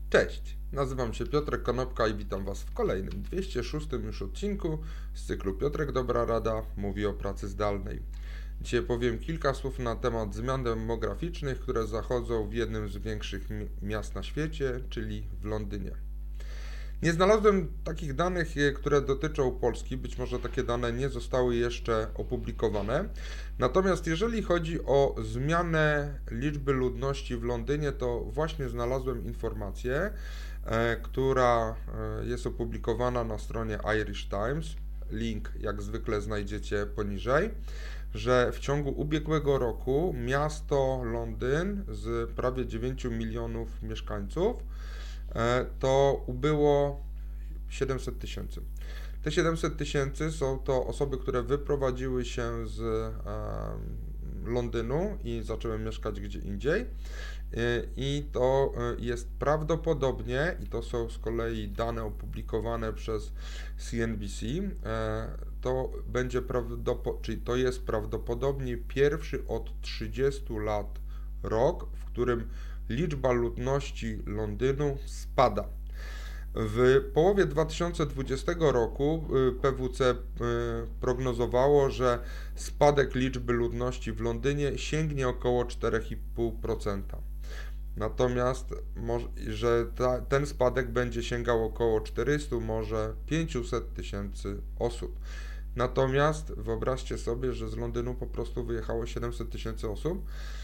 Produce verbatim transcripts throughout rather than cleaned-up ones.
Cześć, nazywam się Piotrek Konopka i witam Was w kolejnym dwieście szóstym już odcinku z cyklu Piotrek Dobra Rada mówi o pracy zdalnej. Dzisiaj powiem kilka słów na temat zmian demograficznych, które zachodzą w jednym z większych miast na świecie, czyli w Londynie. Nie znalazłem takich danych, które dotyczą Polski, być może takie dane nie zostały jeszcze opublikowane. Natomiast jeżeli chodzi o zmianę liczby ludności w Londynie, to właśnie znalazłem informację, która jest opublikowana na stronie Irish Times. Link jak zwykle znajdziecie poniżej, że w ciągu ubiegłego roku miasto Londyn z prawie dziewięć milionów mieszkańców to ubyło siedemset tysięcy. Te siedemset tysięcy są to osoby, które wyprowadziły się z e, Londynu i zaczęły mieszkać gdzie indziej. I to jest prawdopodobnie, i to są z kolei dane opublikowane przez C N B C, to będzie prawdopodobnie, czyli to jest prawdopodobnie pierwszy od trzydziestu lat rok, w którym liczba ludności Londynu spada. W połowie dwa tysiące dwudziestego roku P W C prognozowało, że spadek liczby ludności w Londynie sięgnie około cztery i pół procent. Natomiast że ta, ten spadek będzie sięgał około czterysta, może pięćset tysięcy osób. Natomiast wyobraźcie sobie, że z Londynu po prostu wyjechało siedemset tysięcy osób.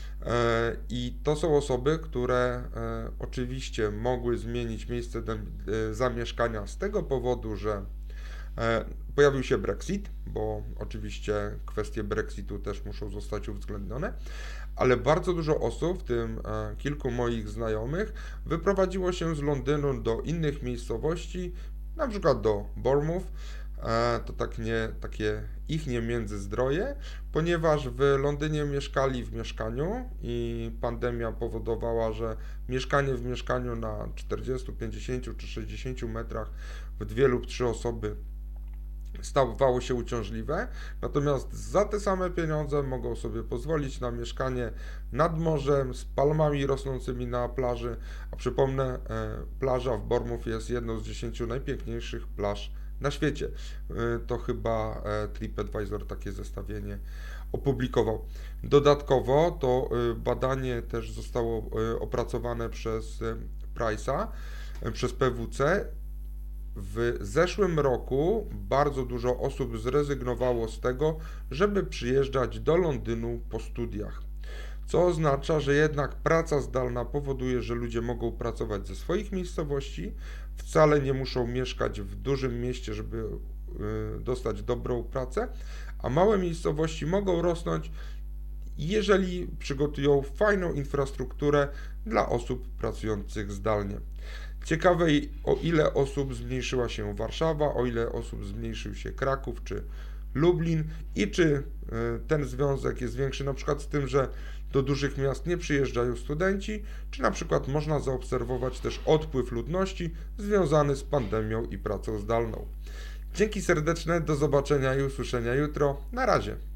I to są osoby, które oczywiście mogły zmienić miejsce zamieszkania z tego powodu, że pojawił się Brexit, bo oczywiście kwestie Brexitu też muszą zostać uwzględnione, ale bardzo dużo osób, w tym kilku moich znajomych, wyprowadziło się z Londynu do innych miejscowości, na przykład do Bournemouth. To tak nie, takie ich nie Międzyzdroje, ponieważ w Londynie mieszkali w mieszkaniu i pandemia powodowała, że mieszkanie w mieszkaniu na czterdziestu, pięćdziesięciu czy sześćdziesięciu metrach w dwie lub trzy osoby stawało się uciążliwe, natomiast za te same pieniądze mogą sobie pozwolić na mieszkanie nad morzem z palmami rosnącymi na plaży, a przypomnę, plaża w Bournemouth jest jedną z dziesięciu najpiękniejszych plaż na świecie. To chyba TripAdvisor takie zestawienie opublikował. Dodatkowo to badanie też zostało opracowane przez Price'a, przez P W C. W zeszłym roku bardzo dużo osób zrezygnowało z tego, żeby przyjeżdżać do Londynu po studiach. Co oznacza, że jednak praca zdalna powoduje, że ludzie mogą pracować ze swoich miejscowości, wcale nie muszą mieszkać w dużym mieście, żeby dostać dobrą pracę, a małe miejscowości mogą rosnąć, jeżeli przygotują fajną infrastrukturę dla osób pracujących zdalnie. Ciekawe, o ile osób zmniejszyła się Warszawa, o ile osób zmniejszył się Kraków czy Lublin i czy ten związek jest większy na przykład z tym, że do dużych miast nie przyjeżdżają studenci, czy na przykład można zaobserwować też odpływ ludności związany z pandemią i pracą zdalną. Dzięki serdeczne, do zobaczenia i usłyszenia jutro. Na razie.